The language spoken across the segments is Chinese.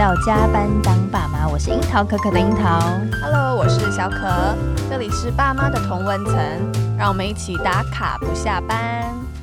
到加班当爸妈，我是樱桃可可的樱桃。 Hello， 我是小可，这里是爸妈的同温层，让我们一起打卡不下班。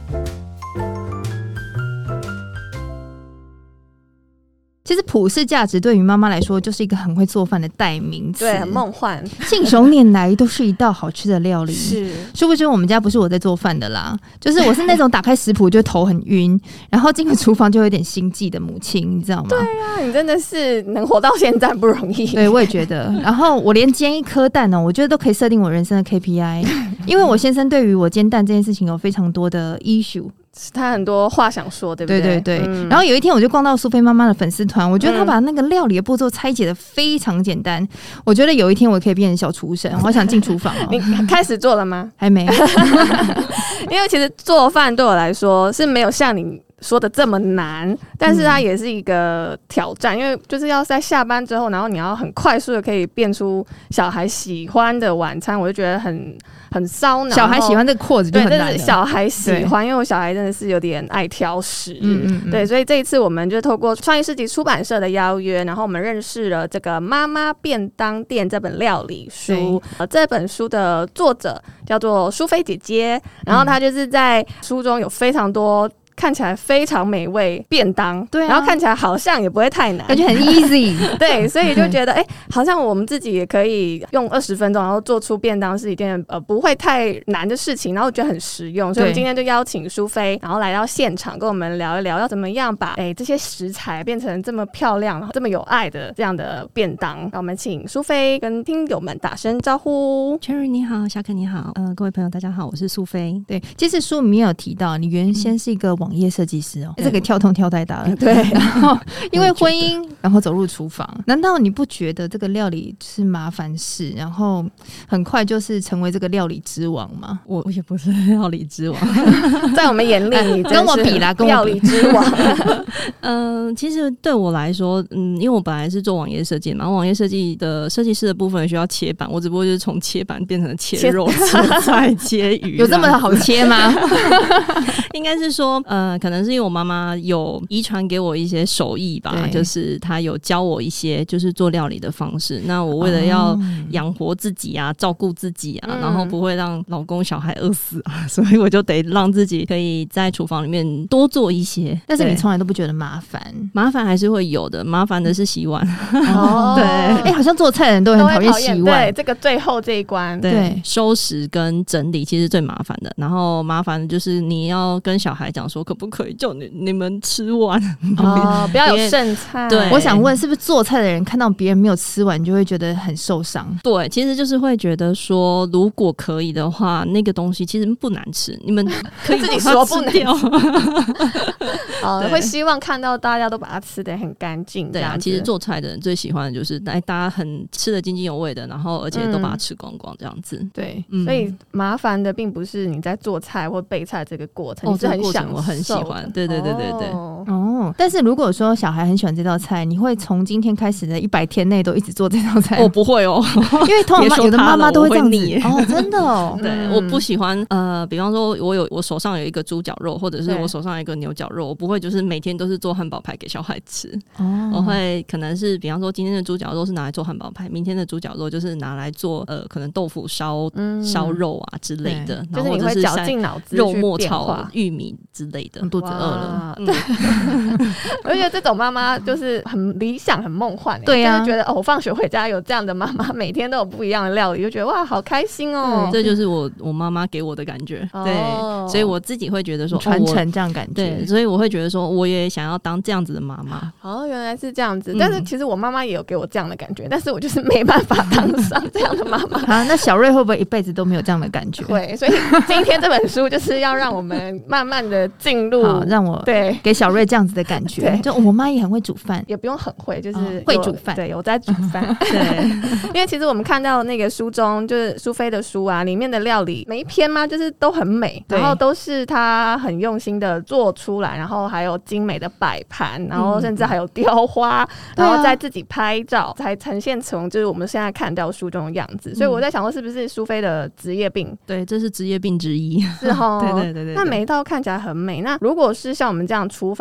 其实普世价值对于妈妈来说就是一个很会做饭的代名词， 对，很梦幻， 信手拈来都是一道好吃的料理。 是， 殊不知我们家不是我在做饭的啦，就是我是那种打开食谱就头很晕，然后进了厨房就有点心悸的母亲，你知道吗？ 对啊，你真的是能活到现在不容易。 对，我也觉得。然后我连煎一颗蛋呢，我觉得都可以设定我人生的 KPI， 因为我先生对于我煎蛋这件事情有非常多的 issue。 他很多话想说，对不对？ 对对对、然后有一天我就逛到苏菲妈妈的粉丝团，我觉得她把那个料理的步骤拆解的非常简单、我觉得有一天我可以变成小厨神，我想进厨房哦。 你开始做了吗？ 还没。 因为其实做饭对我来说是没有像你说的这么难，但是它也是一个挑战，因为就是要在下班之后，然后你要很快速的可以变出小孩喜欢的晚餐，我就觉得很烧脑。 小孩喜欢这个扩子就很难了。 对，小孩喜欢，因为我小孩真的是有点爱挑食。对，所以这一次我们就透过创意市集出版社的邀约，然后我们认识了这个妈妈便当店这本料理书。这本书的作者叫做苏菲姐姐，然后她就是在书中有非常多看起来非常美味便当，对、然后看起来好像也不会太难， 感觉很 easy。 对，所以就觉得好像我们自己也可以用20分钟，然后做出便当是一件不会太难的事情，然后我觉得很实用。所以我们今天就邀请苏菲，然后来到现场跟我们聊一聊，要怎么样把这些食材变成这么漂亮、这么有爱的这样的便当。让我们请苏菲跟听友们打声招呼。 Cherry 你好，小可你好，各位朋友大家好，我是苏菲。 对，其实书里面有提到，你原先是一个网页设计师哦，这个跳痛跳太大了。 对， 然后因为婚姻，然后走入厨房，难道你不觉得这个料理是麻烦事，然后很快就是成为这个料理之王吗？ 我也不是料理之王， 在我们眼里你跟我比啦，跟我比料理之王。 其实对我来说，因为我本来是做网页设计嘛，网页设计的设计师的部分需要切板，我只不过就是从切板变成切肉、切菜、切鱼， 有这么好切吗？ 应该是说，可能是因为我妈妈有遗传给我一些手艺吧，就是她有教我一些就是做料理的方式。那我为了要养活自己啊，照顾自己啊，然后不会让老公小孩饿死啊，所以我就得让自己可以在厨房里面多做一些。 但是你从来都不觉得麻烦？ 麻烦还是会有的，麻烦的是洗碗。 对，好像做菜的人都很讨厌洗碗。 对，这个最后这一关， 对，收拾跟整理其实最麻烦的。然后麻烦的就是你要跟小孩讲说，可不可以叫你们吃完不要有剩菜。 对， 我想问，是不是做菜的人看到别人没有吃完，就会觉得很受伤？ 对，其实就是会觉得说，如果可以的话，那个东西其实不难吃，你们可以自己说不能掉。 会希望看到大家都把它吃得很干净。 对啊，其实做菜的人最喜欢的就是大家很吃得津津有味的，然后而且都把它吃光光这样子。 对，所以麻烦的并不是你在做菜或备菜这个过程，你是很享受， 我很喜欢。对。 但是如果说小孩很喜欢这道菜，你会从今天开始的100天内都一直做这道菜？ 我不会哦， 因为通常有的妈妈都会这样子。真的哦。 对，我不喜欢比方说我手上有一个猪脚肉，或者是我手上有一个牛脚肉，我不会就是每天都是做汉堡排给小孩吃。我会可能是比方说今天的猪脚肉是拿来做汉堡排，明天的猪脚肉就是拿来做可能豆腐烧肉啊之类的， 就是你会绞尽脑汁肉末炒玉米之类的。 肚子饿了。 我觉得这种妈妈就是很理想、很梦幻。 对啊， 就是觉得我放学回家有这样的妈妈，每天都有不一样的料理，就觉得哇，好开心哦。 这就是我妈妈给我的感觉。对，所以我自己会觉得说传承这样感觉。 对，所以我会觉得说我也想要当这样子的妈妈。 原来是这样子。但是其实我妈妈也有给我这样的感觉，但是我就是没办法当上这样的妈妈。 那小瑞会不会一辈子都没有这样的感觉？ 会，所以今天这本书就是要让我们慢慢的进入， 让我给小瑞这样子的感觉。就我妈也很会煮饭， 也不用很会，就是会煮饭。 对，有在煮饭。对，因为其实我们看到那个书中，就是苏菲的书啊，里面的料理每一篇嘛，就是都很美，然后都是她很用心的做出来，然后还有精美的摆盘，然后甚至还有雕花，然后再自己拍照，才呈现成就是我们现在看到书中的样子。所以我在想说，是不是苏菲的职业病？ 对，这是职业病之一。 是齁。 对。 那每一道看起来很美。那如果是像我们这样厨房新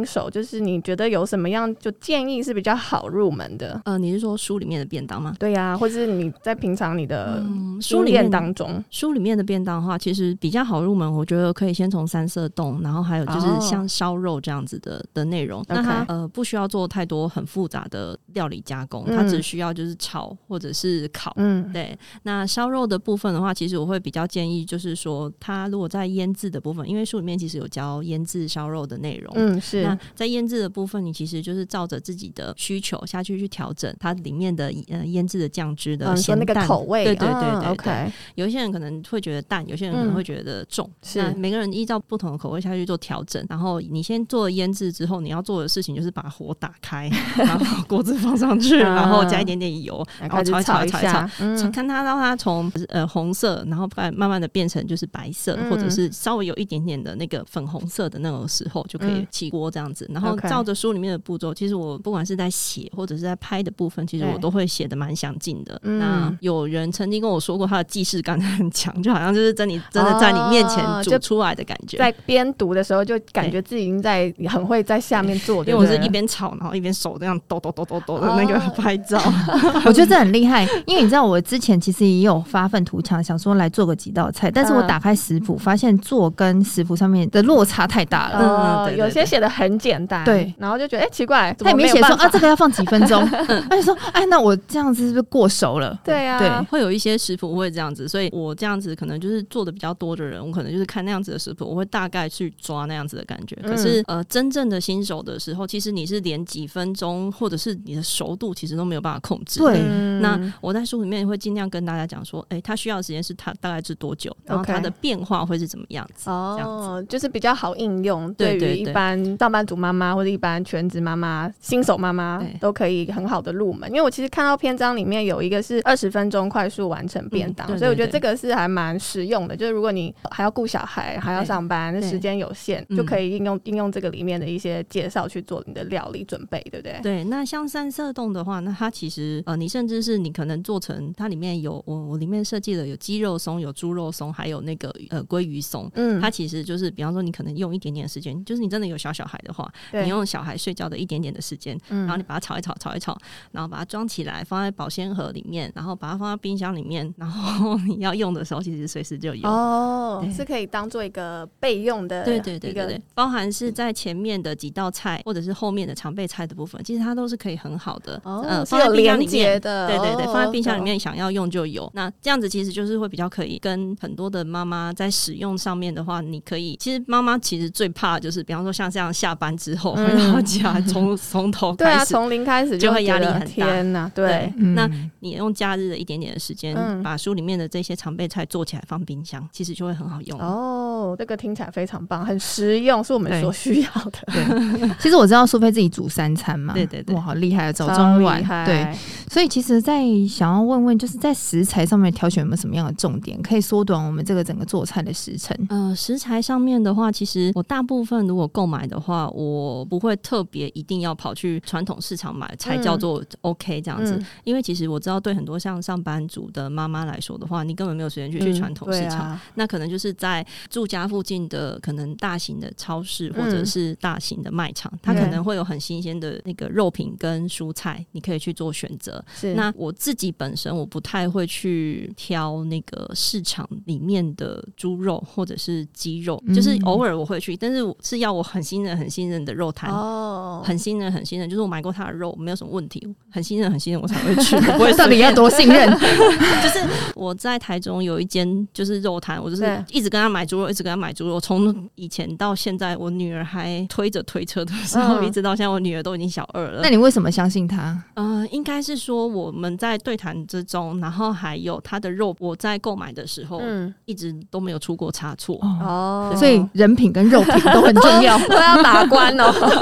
新手，就是你觉得有什么样就建议是比较好入门的？ 你是说书里面的便当吗？ 对呀，或者是你在平常你的经验当中， 书里面的便当的话，其实比较好入门，我觉得可以先从三色冻，然后还有就是像烧肉这样子的内容。那它不需要做太多很复杂的料理加工，它只需要就是炒或者是烤。对。那烧肉的部分的话，其实我会比较建议就是说，它如果在腌制的部分，因为书里面其实有教腌制烧肉的内容， 是。 那在腌制的部分，你其实就是照着自己的需求下去调整它里面的腌制的酱汁的咸淡， 那个口味， 对对对对 OK。 有一些人可能会觉得淡，有些人可能会觉得重，那每个人依照不同的口味下去做调整。然后你先做了腌制之后，你要做的事情就是把火打开，然后锅子放上去，然后加一点点油，然后炒一炒，看它让它从红色，然后慢慢的变成就是白色，或者是稍微有一点点的那个粉红色的那种时候，就可以起锅这样子。然后照着书里面的步骤，其实我不管是在写或者是在拍的部分，其实我都会写的蛮详尽的。那有人曾经跟我说过，他的既视感很强，就好像就是真的在你面前煮出来的感觉。 在边读的时候，就感觉自己已经很会在下面做， 因为我是一边炒，然后一边手这样抖抖抖抖抖的那个拍照。 我觉得这很厉害，因为你知道我之前其实也有发愤图强，想说来做个几道菜，但是我打开食谱，发现做跟食谱上面的落差太大了。 有些写的很简单， 对， 然后就觉得奇怪， 他也没写说这个要放几分钟，他就说那我这样子是不是过熟了？ 对啊， 对， 会有一些食谱会这样子，所以我这样子可能就是做的比较多的人，我可能就是看那样子的食谱，我会大概去抓那样子的感觉。可是真正的新手的时候，其实你是连几分钟或者是你的熟度其实都没有办法控制。 对， 那我在书里面会尽量跟大家讲说，他需要的时间是它大概是多久，然后它的变化会是怎么样子。这样子就是比较好应用，对于一般上班族妈妈或者一般全职妈妈、新手妈妈都可以很好的入门。因为我其实看到篇章里面有一个是20分钟快速完成便当，所以我觉得这个是还蛮实用的。就是如果你还要顾小孩，还要上班，时间有限，就可以应用这个里面的一些介绍去做你的料理准备，对不对？ 对。那像三色冻的话，那它其实你甚至是你可能做成它里面有我里面设计了有鸡肉松、有猪肉松，还有那个鲑鱼松。它其实就是比方说你可能用一点点的时间，就是你真的有小孩的话，你用小孩睡觉的一点点的时间，然后你把它炒一炒，然后把它装起来放在保鲜盒里面，然后把它放在冰箱里面，然后你要用的时候其实随时就有。 是可以当做一个备用的。 对，包含是在前面的几道菜或者是后面的常备菜的部分，其实它都是可以很好的是有连结的。 对，放在冰箱里面想要用就有。那这样子其实就是会比较可以跟很多的妈妈在使用上面的话，你可以其实妈妈其实最怕的就是比方说像这样下班之后回到家从头开始， 对啊，从零开始就会压力很大。 天哪，对。 那你用假日的一点点的时间，把书里面的这些常备菜做起来放冰箱，其实就会很好用。 这个听起来非常棒，很实用，是我们所需要的。 对，其实我知道苏菲自己煮3餐嘛， 对， 哇，好厉害，早中晚。对，所以其实在想要问，就是在食材上面挑选有没有什么样的重点，可以缩短我们这个整个做菜的时程？ 食材上面的话，其实我大部分如果购买的话，我不会特别一定要跑去传统市场买才叫做 OK 这样子，因为其实我知道对很多像上班族的妈妈来说的话，你根本没有时间去传统市场，那可能就是在住家附近的可能大型的超市或者是大型的卖场，它可能会有很新鲜的那个肉品跟蔬菜，你可以去做选择。那我自己本身我不太会去挑那个市场里面的猪肉或者是鸡肉，就是偶尔我会去，但是是要我很信任的肉摊，很信任，就是我买过他的肉没有什么问题，很信任我才会去。不会到底要多信任？ 就是我在台中有一间就是肉摊，我就是一直跟他买猪肉，一直跟他买猪肉，从以前到现在，我女儿还推着推车的时候，一直到现在，我女儿都已经小2了。 那你为什么相信他？ 应该是说我们在对谈之中，然后还有他的肉，我在购买的时候，一直都没有出过差错。 所以人品跟肉品都很重要， 都要把关哦。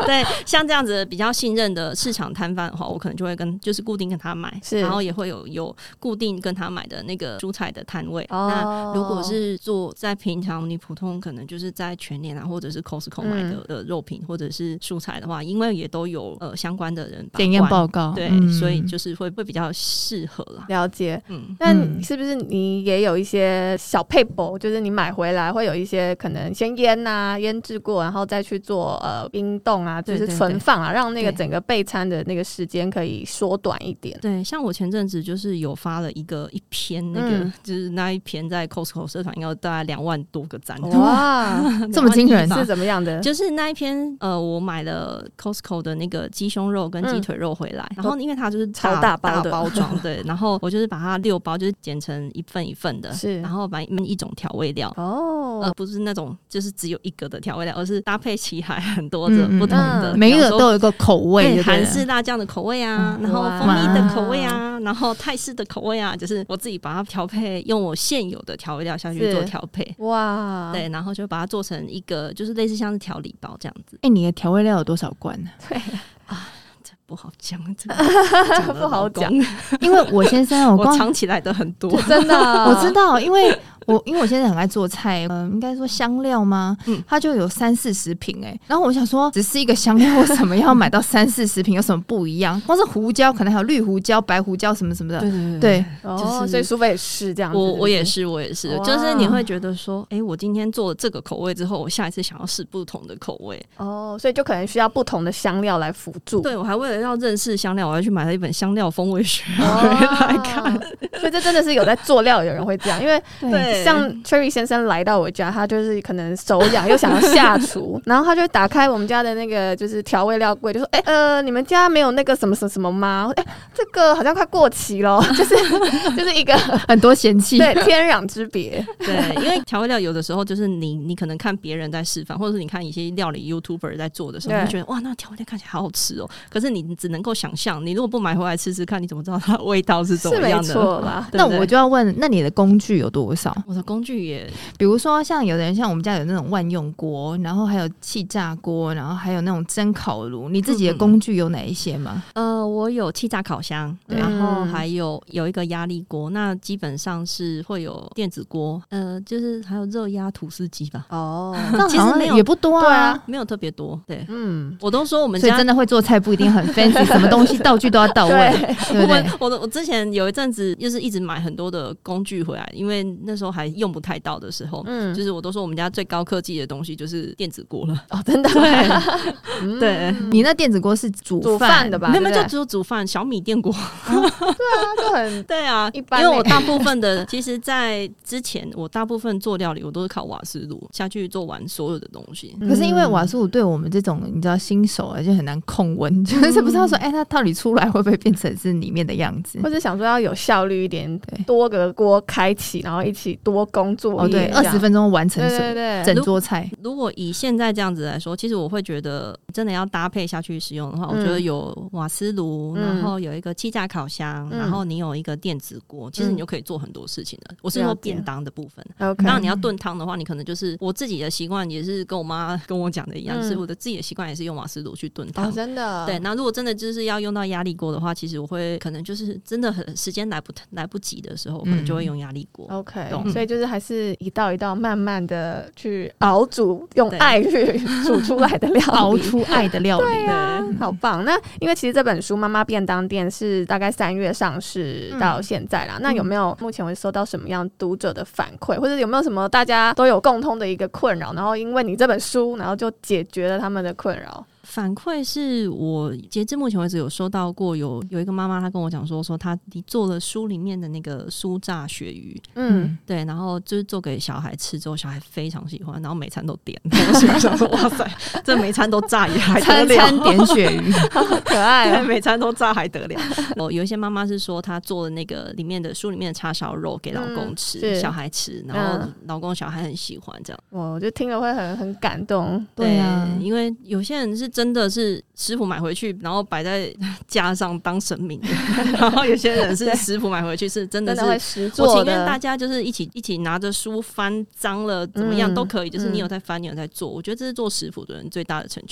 对，像这样子比较信任的市场摊贩的话，我可能就会就是固定跟他买，然后也会有固定跟他买的那个蔬菜的摊位。那如果是做在平常你普通可能就是在全联或者是 Costco 买的肉品或者是蔬菜的话，因为也都有相关的人检验报告， 对，所以就是会比较适合啦。 了解。那是不是你也有一些小配博，就是你买回来会有一些可能先腌制过，然后再去做冰冻啊，就是存放啊，让那个整个备餐的那个时间可以缩短一点。 对，像我前阵子就是有发了一篇那个，就是那一篇在 Costco 社团应该大概2万多个赞。 哇， 这么惊人是怎么样的？ 就是那一篇我买了 Costco 的那个鸡胸肉跟鸡腿肉回来，然后因为它就是超大包的包装，对，然后我就是把它6包就是剪成一份一份的，是，然后把一种调味料不是那种就是只有一个的调味料，而是搭配起来很多的不同的， 每一个都有一个口味， 韩式辣酱的口味啊，然后蜂蜜的口味啊，然后泰式的口味啊，就是我自己把它调配，用我现有的调味料下去做调配。哇，对，然后就把它做成一个就是类似像是调理包这样子。 你的调味料有多少罐呢？ 对啊，这不好讲，这个不好讲， 因为我先生我藏起来的很多， 真的我知道，因为我现在很爱做菜，应该说香料吗？它就有30-40瓶然后我想说，只是一个香料，为什么要买到30-40瓶？有什么不一样？光是胡椒，可能还有绿胡椒、白胡椒什么什么的。对， 就是所以苏菲也是这样子。 我也是，就是你会觉得说，我今天做了这个口味之后，我下一次想要试不同的口味所以就可能需要不同的香料来辅助。 对，我还为了要认识香料，我还去买了一本香料风味学回来看。 所以这真的是有在做料，有人会这样，因为像 Cherry 先生来到我家，他就是可能手痒又想要下厨，然后他就打开我们家的那个就是调味料柜，就说你们家没有那个什么什么什么吗？这个好像快过期了，就是一个很多嫌弃， 对，天壤之别。 对，因为调味料有的时候就是你可能看别人在示范，或者是你看一些料理 YouTuber 在做的时候，你就觉得哇，那调味料看起来好好吃哦。可是你只能够想象，你如果不买回来吃吃看，你怎么知道它的味道是怎么样的？ 是没错啦。 那我就要问，那你的工具有多少？ 我的工具也， 比如说像有的人，像我们家有那种万用锅，然后还有气炸锅，然后还有那种蒸烤炉。你自己的工具有哪一些吗？ 我有气炸烤箱，然后还有一个压力锅。那基本上是会有电子锅，就是还有热压吐司机吧。 那其实也不多啊， 没有特别多。对，我都说我们家所以真的会做菜不一定很 fancy， 什么东西道具都要到位，对不对？ 我之前有一阵子就是一直买很多的工具回来，因为那时候还用不太到的时候，就是我都说我们家最高科技的东西就是电子锅了。 真的？ 对， 你那电子锅是煮饭的吧？ 没有，就只有煮饭，小米电锅。 对啊，就很对啊， 一般。 因为我大部分的，其实在之前我大部分做料理，我都是靠瓦斯炉下去做完所有的东西。 可是因为瓦斯炉对我们这种你知道新手就很难控温，就是不知道说它到底出来会不会变成是里面的样子， 或者想说要有效率一点，多个锅开启，然后一起多工作对，20分钟完成整桌菜。 如果以现在这样子来说，其实我会觉得真的要搭配下去使用的话，我觉得有瓦斯炉，然后有一个气炸烤箱，然后你有一个电子锅，其实你就可以做很多事情了。我是说便当的部分。当然你要炖汤的话，你可能就是我自己的习惯也是跟我妈跟我讲的一样，就是我的自己的习惯也是用瓦斯炉去炖汤。 真的？ 对。那如果真的就是要用到压力锅的话，其实我会可能就是真的很时间来不及的时候，可能就会用压力锅。 OK，所以就是还是一道一道慢慢的去熬煮，用爱去煮出来的料理， 熬出爱的料理。 对啊，好棒。那因为其实这本书《妈妈便当店》是大概3月上市到现在啦，那有没有目前会收到什么样读者的反馈，或者有没有什么大家都有共通的一个困扰，然后因为你这本书，然后就解决了他们的困扰？ 反馈是我截至目前为止有收到过，有一个妈妈她跟我讲说她做了书里面的那个酥炸鳕鱼，对，然后就是做给小孩吃之后，小孩非常喜欢，然后每餐都点。我想说哇塞，这每餐都炸也还得了， 餐餐点鳕鱼， 好可爱对，每餐都炸还得了。有一些妈妈是说她做了那个里面的书里面的叉烧肉给老公吃，小孩吃，然后老公小孩很喜欢这样。 我就听了会很感动。 对啊，因为有些人是真的是师傅买回去，然后摆在架上当神明的，然后有些人是师傅买回去是真的是会实做的。 我情愿大家就是一起拿着书翻脏了怎么样都可以，就是你有在翻，你有在做，我觉得这是做师傅的人最大的成就感。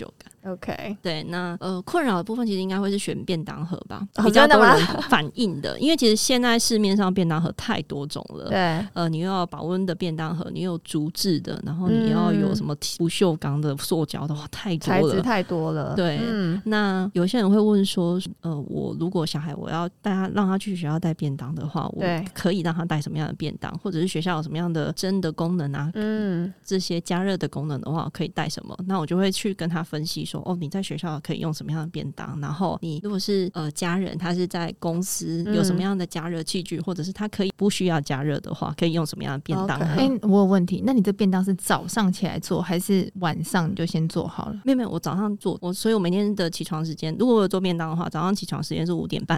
OK， 对，那困扰的部分其实应该会是选便当盒吧，比较多人反映的，因为其实现在市面上便当盒太多种了。 对， 你又要保温的便当盒，你有竹制的，然后你要有什么不锈钢的、塑胶的，哇，太多了， 材质太多了。 对，那有些人会问说，我如果小孩我要带他让他去学校带便当的话，我可以让他带什么样的便当，或者是学校有什么样的蒸的功能啊，这些加热的功能的话，可以带什么？那我就会去跟他分析说，你在学校可以用什么样的便当，然后你如果是家人，他是在公司有什么样的加热器具，或者是他可以不需要加热的话，可以用什么样的便当？ 我有问题，那你这便当是早上起来做，还是晚上你就先做好了？ 没有，我早上做，所以我每天的起床时间，如果我有做便当的话，早上起床时间是5点半。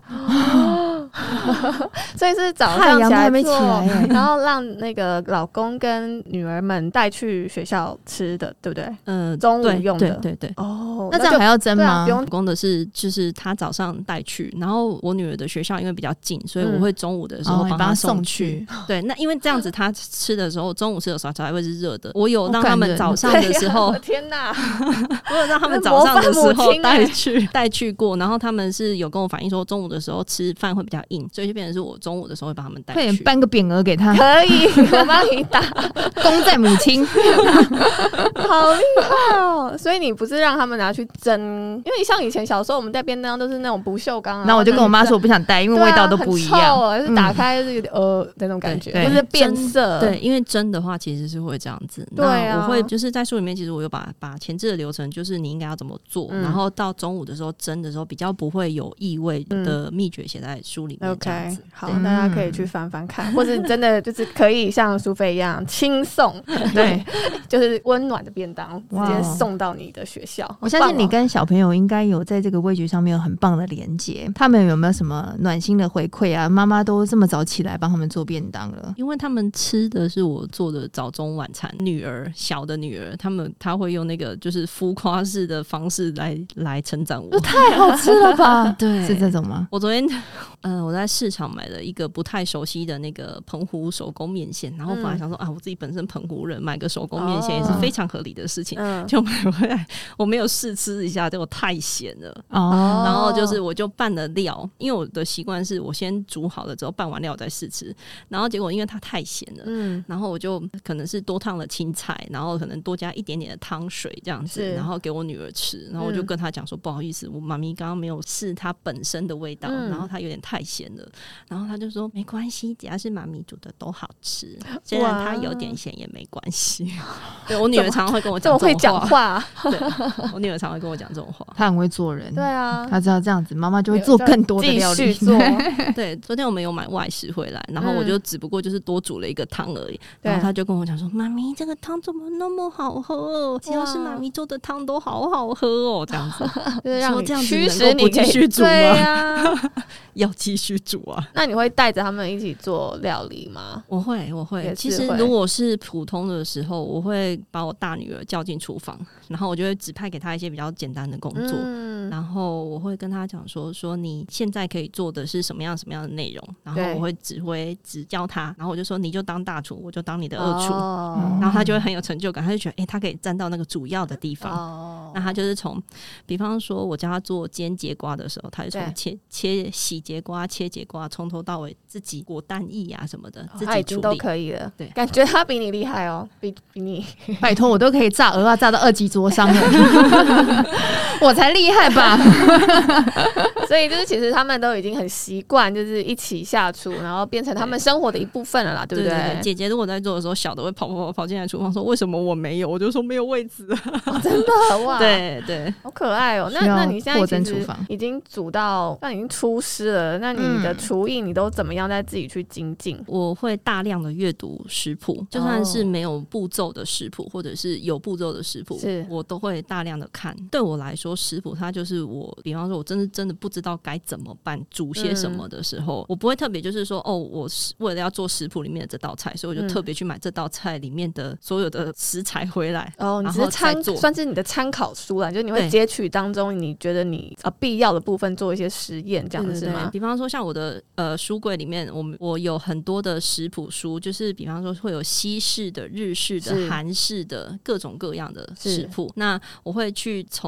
所以是早上起来还没起来耶， 然后让那个老公跟女儿们带去学校吃的，对不对？中午用的， 对。 那这样还要蒸吗？ 老公的是就是他早上带去，然后我女儿的学校因为比较近，所以我会中午的时候帮他送去。对，那因为这样子他吃的时候，中午吃的时候才会是热的。我有让他们早上的时候， 天哪！ 我有让他们早上的时候带去过，然后他们是有跟我反映说，中午的时候吃饭会比较硬，所以就变成是我中午的时候会帮他们带去。 快点颁个匾额给他， 可以，我帮你打， 功在母亲。 好厉害哦！所以你不是让他们拿去蒸，因为像以前小时候我们带便当都是那种不锈钢， 然后我就跟我妈说我不想带，因为味道都不一样， 很臭，是打开是有点那种感觉，或是变色。 对，因为蒸的话其实是会这样子。 对啊， 我会就是在书里面，其实我有把前置的流程，就是你应该要怎么做，然后到中午的时候蒸的时候比较不会有异味的秘诀写在书里面。 OK， 好，大家可以去翻翻看，或者真的就是可以像苏菲一样轻送，对，就是温暖的便当直接送到你的学校。 我相信你跟小朋友应该有在这个味觉上面有很棒的连结，他们有没有什么暖心的回馈啊？妈妈都这么早起来帮他们做便当了， 因为他们吃的是我做的早中晚餐。小的女儿，她会用那个就是浮夸式的方式来称赞我， 太好吃了吧？ 对， 是这种吗？ 我昨天我在市场买了一个不太熟悉的那个澎湖手工面线，然后本来想说我自己本身澎湖人，买个手工面线也是非常合理的事情，就买回来我没有试吃一下，结果太咸了。然后就是我就拌了料，因为我的习惯是我先煮好了之后拌完料再试吃，然后结果因为它太咸了，然后我就可能是多烫了青菜，然后可能多加一点点的汤水这样子，然后给我女儿吃，然后我就跟她讲说不好意思，我妈咪刚刚没有试它本身的味道，然后它有点太咸了，然后她就说没关系，只要是妈咪煮的都好吃，虽然它有点咸也没关系。对，我女儿常常会跟我讲这种话，对，我女儿常常会跟我讲这种话， 她很会做人， 对啊， 她知道这样子妈妈就会做更多的料理做。 对，昨天我们有买外食回来，然后我就只不过就是多煮了一个汤而已，然后她就跟我讲说妈咪这个汤怎么那么好喝哦，只要是妈咪做的汤都好好喝哦，这样子就是让你这样子驱使能够不继续煮吗？ 对啊要继续煮啊。 那你会带着他们一起做料理吗？ 我会。其实如果是普通的时候，我会把我大女儿叫进厨房，然后我就会指派给她一些比较简单的工作，然后我会跟她讲说你现在可以做的是什么样的内容，然后我会只教她，然后我就说你就当大厨，我就当你的二厨，然后她就会很有成就感，她就觉得她可以站到那个主要的地方，那她就是从比方说我教她做煎节瓜的时候，她就从洗节瓜切节瓜从头到尾自己裹蛋液啊什么的，自己处理已经都可以了。 对， 感觉她比你厉害哦，比你拜托我都可以炸鹅啊，炸到2级灼伤了我才厉害吧所以就是其实他们都已经很习惯就是一起下厨，然后变成他们生活的一部分了啦，对不 对？ 姐姐如果在做的时候，小的会跑进来厨房说为什么我没有，我就说没有位置真的哇， 对， 好可爱哦。那你现在其实已经煮到已经出师了，那你的厨艺你都怎么样再自己去精进？ 我会大量的阅读食谱，就算是没有步骤的食谱或者是有步骤的食谱，我都会大量的看。对我来说食谱它就是我比方说我真的不知道该怎么办煮些什么的时候，我不会特别就是说我为了要做食谱里面的这道菜，所以我就特别去买这道菜里面的所有的食材回来， 你是算是你的参考书啦，就是你会截取当中你觉得你必要的部分做一些实验，这样是吗？ 比方说像我的书柜里面我有很多的食谱书，就是比方说会有西式的、日式的、韩式的各种各样的食谱，那我会去从中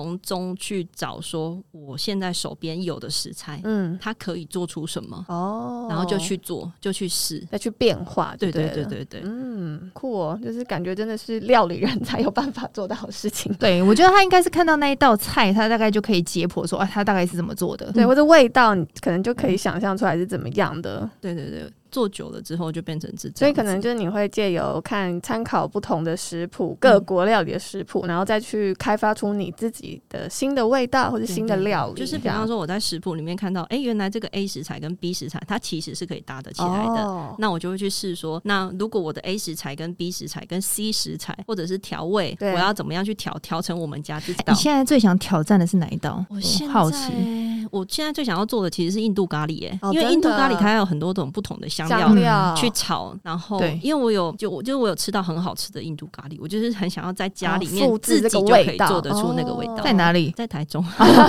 中去找说我现在手边有的食材，它可以做出什么然后就去做，就去试， 再去变化。对，酷哦，就是感觉真的是料理人才有办法做到的事情。 对，我觉得他应该是看到那一道菜，他大概就可以解剖说他大概是怎么做的， 对，或者味道你可能就可以想象出来是怎么样的。 对，做久了之后就变成这样子， 所以可能就是你会借由参考不同的食谱，各国料理的食谱，然后再去开发出你自己的新的味道或者新的料理。 就是比方说我在食谱里面看到原来这个 A 食材跟 B 食材它其实是可以搭得起来的，那我就会去试说，那如果我的 A 食材跟 B 食材跟 C 食材或者是调味，我要怎么样去调成我们家这道。 你现在最想挑战的是哪一道？我好奇。 我现在最想要做的其实是印度咖喱因为印度咖喱它有很多种不同的香料去炒，然后因为我有吃到很好吃的印度咖喱，我就是很想要在家里面自己就可以做得出那个味道。 在哪里？ 在台中。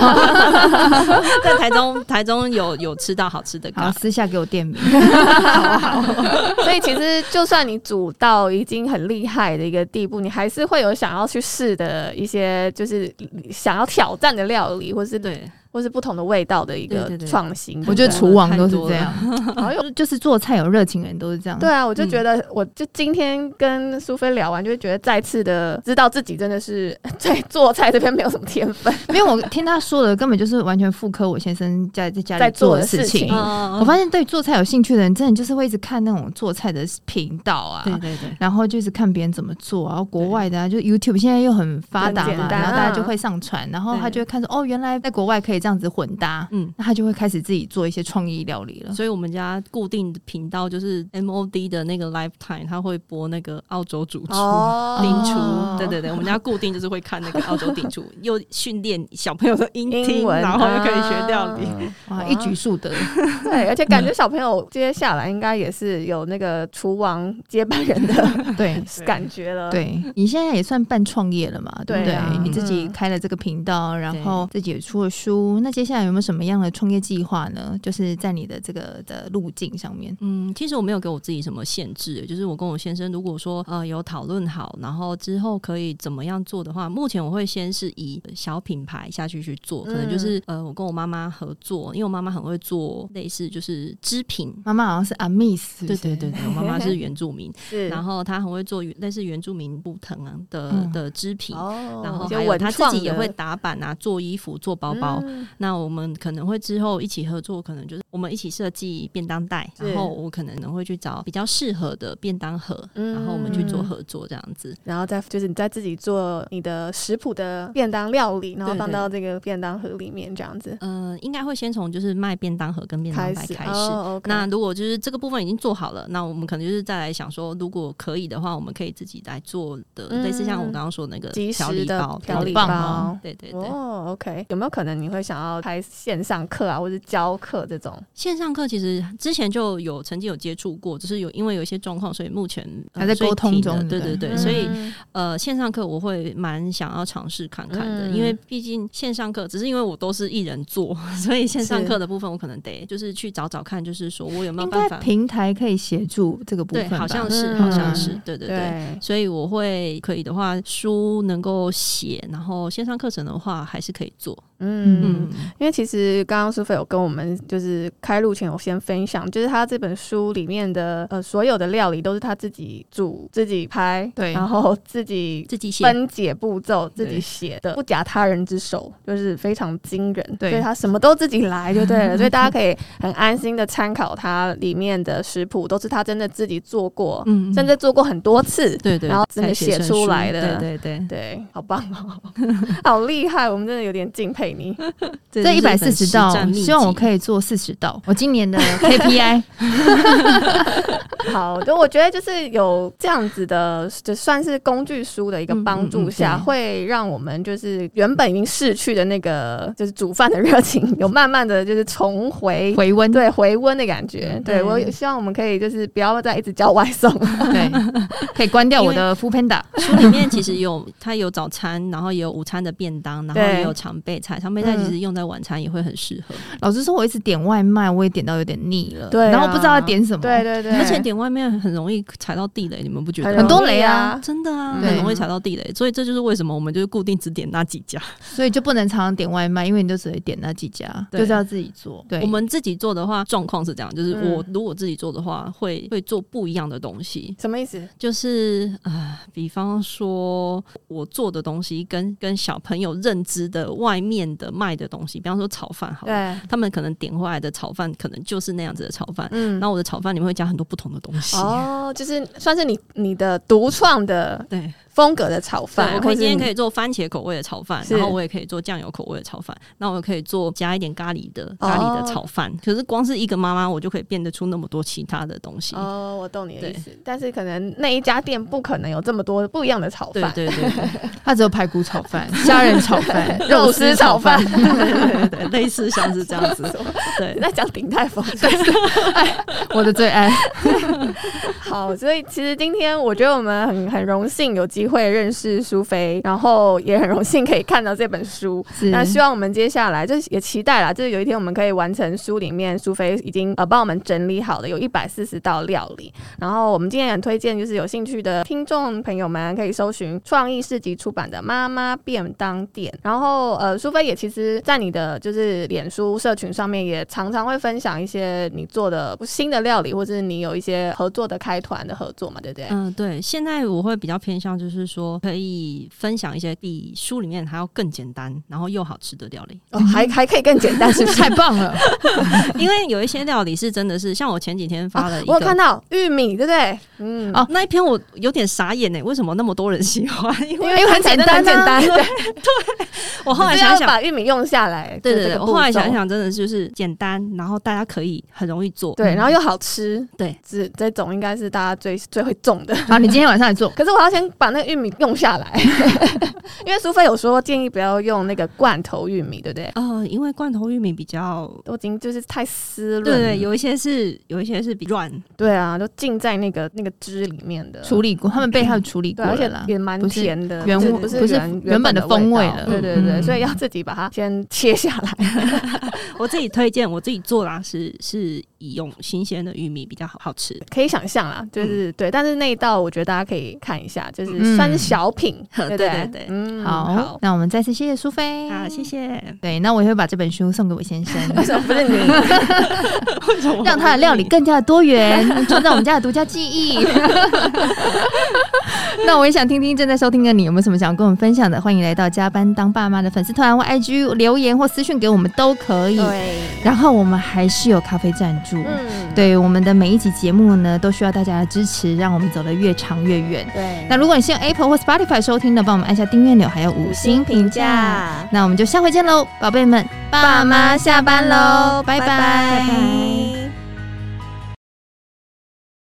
在台中有吃到好吃的咖喱。 好，私下给我店名。 好。所以其实就算你煮到已经很厉害的一个地步，你还是会有想要去试的一些就是想要挑战的料理，或是对。 或是不同的味道的一个创新。 我觉得厨王都是这样，就是做菜有热情的人都是这样。 对啊，我就觉得，我就今天跟苏菲聊完，就会觉得再次的知道自己真的是在做菜这边没有什么天分， 因为我听他说的根本就是完全复刻我先生在家里做的事情。我发现对做菜有兴趣的人，真的就是会一直看那种做菜的频道啊， 对， 然后就是看别人怎么做啊，然后国外的啊，就 YouTube 现在又很发达嘛，然后大家就会上传，然后他就会看说原来在国外可以这样子混搭，那他就会开始自己做一些创意料理了。 所以我们家固定的频道就是 MOD 的那个 Lifetime， 他会播那个澳洲主厨顶厨，对，我们家固定就是会看那个澳洲顶厨，又训练小朋友的英文，然后又可以学料理， 哇，一举数得。 对，而且感觉小朋友接下来应该也是有那个厨王接班人的对感觉了。 对，你现在也算半创业了嘛，对不对？你自己开了这个频道，然后自己也出了书，那接下来有没有什么样的创业计划呢？就是在你的这个的路径上面。 其实我没有给我自己什么限制，就是我跟我先生如果说有讨论好，然后之后可以怎么样做的话，目前我会先是以小品牌下去做，可能就是我跟我妈妈合作，因为我妈妈很会做类似就是织品， 妈妈好像是阿密斯， 对，我妈妈是原住民，然后她很会做类似原住民布藤的织品，然后还有她自己也会打版啊，做衣服做包包。那我们可能会之后一起合作，可能就是我们一起设计便当袋，然后我可能会去找比较适合的便当盒，然后我们去做合作这样子， 然后再就是你再自己做你的食谱的便当料理，然后放到这个便当盒里面这样子。 应该会先从就是卖便当盒跟便当袋开始。那如果就是这个部分已经做好了，那我们可能就是再来想说，如果可以的话，我们可以自己来做的，类似像我刚刚说的那个调理包，对。 OK， 有没有可能你会想要开线上课啊，或者教课这种？ 线上课其实之前就曾经有接触过，只是因为有一些状况，所以目前还在沟通中。 对，所以线上课我会蛮想要尝试看看的，因为毕竟线上课只是因为我都是一人做，所以线上课的部分我可能得就是去找看，就是说我有没有办法平台可以协助这个部分吧？ 对，好像是，对，所以我会可以的话，书能够写，然后线上课程的话还是可以做。 因为其实刚刚苏菲有跟我们就是开录前有先分享，就是他这本书里面的所有的料理都是他自己煮自己拍，对，然后自己分解步骤自己写的，不假他人之手，就是非常惊人。对，所以他什么都自己来就对了，所以大家可以很安心的参考他里面的食谱，都是他真的自己做过，甚至做过很多次，对，然后真的写出来的，对，好棒哦，好厉害，我们真的有点敬佩你。 这140道，希望我可以做40道，我今年的 KPI。 好，就我觉得就是有这样子的，就算是工具书的一个帮助下，会让我们就是原本已经逝去的那个就是煮饭的热情，有慢慢的就是重回温， 对，回温的感觉。对，我希望我们可以就是不要再一直叫外送， 对，可以关掉我的 Foodpanda。 书里面其实它有早餐，然后也有午餐的便当，然后也有常备菜菜，常备菜其实用在晚餐也会很适合。 老实说，我一直点外卖，我也点到有点腻了， 对、啊， 然后不知道要点什么。 对对对， 而且点外面很容易踩到地雷，你们不觉得？ 很多雷啊， 真的啊，很容易踩到地雷。所以这就是为什么我们就是固定只点那几家， 所以就不能常常点外卖，因为你就只会点那几家，就是要自己做。对， 我们自己做的话，状况是这样，就是我如果自己做的话，会做不一样的东西。 什么意思？ 就是比方说我做的东西跟小朋友认知的外面的卖的东西，比方说炒饭好了，他们可能点回来的炒饭可能就是那样子的炒饭，然后我的炒饭里面会加很多不同的东西。 哦，就是算是你的独创的对风格的炒饭。 我今天可以做番茄口味的炒饭，然后我也可以做酱油口味的炒饭，那我也可以做加一点咖喱的炒饭。可是光是一个妈妈，我就可以变得出那么多其他的东西。 哦，我懂你的意思。但是可能那一家店不可能有这么多不一样的炒饭。 对对对对， 它只有排骨炒饭、虾仁炒饭、 肉丝炒饭， 对对对，类似像是这样子。对， 在讲鼎泰丰， 我的最爱。 好，所以其实今天我觉得我们很荣幸有机会认识淑妃，然后也很荣幸可以看到这本书。那希望我们接下来就也期待啦，就是有一天我们可以完成书里面淑妃已经帮我们整理好的有140道料理。然后我们今天也很推荐，就是有兴趣的听众朋友们可以搜寻创意市集出版的《妈妈便当店》。然后淑妃也其实在你的就是脸书社群上面也常常会分享一些你做的新的料理，或者你有一些合作的开团的合作嘛，对不对？ 对，现在我会比较偏向就是说可以分享一些比书里面还要更简单然后又好吃的料理。 还可以更简单，是不是？ 太棒了！ 因为有一些料理是真的是像我前几天发了一个， 我有看到玉米，对不对？ 那一篇我有点傻眼为什么那么多人喜欢？因为很简单，很简单。对， 我后来想想， 把玉米用下来。 对对对，我后来想想，真的就是简单，然后大家可以很容易做， 对，然后又好吃， 对， 这种应该是大家最会种的。 好，你今天晚上来做， 可是我要先把那个玉米用下来，因为淑妃有说建议不要用那个罐头玉米，对不对？ 因为罐头玉米比较都已经就是太湿润， 对，有一些是比软， 对啊，都浸在那个汁里面的， 处理过，他们被他处理过了啦， 而且也蛮甜的， 不是原本的风味了， 对对对，所以要自己把它先切下来。 我自己推荐，我自己做啦，是以用新鲜的玉米比较好吃， 可以想象啦，就是对，但是那一道我觉得大家可以看一下，就是算是小品，对对对， 好，那我们再次谢谢淑妃， 好，谢谢。 对，那我也会把这本书送给我先生， 为什么不是你？ 为什么？让他的料理更加的多元，创造我们家的独家记忆。那我也想听听正在收听的你有没有什么想跟我们分享的，欢迎来到加班当爸妈的粉丝团或 IG 留言或私讯给我们都可以。 对， 然后我们还是有咖啡赞助，对，我们的每一集节目呢都需要大家的支持，让我们走得越长越远。 对， 那如果你是用 Apple 或 Spotify 收听的，帮我们按下订阅钮还有5星评价。那我们就下回见喽，宝贝们，爸妈下班喽，拜拜。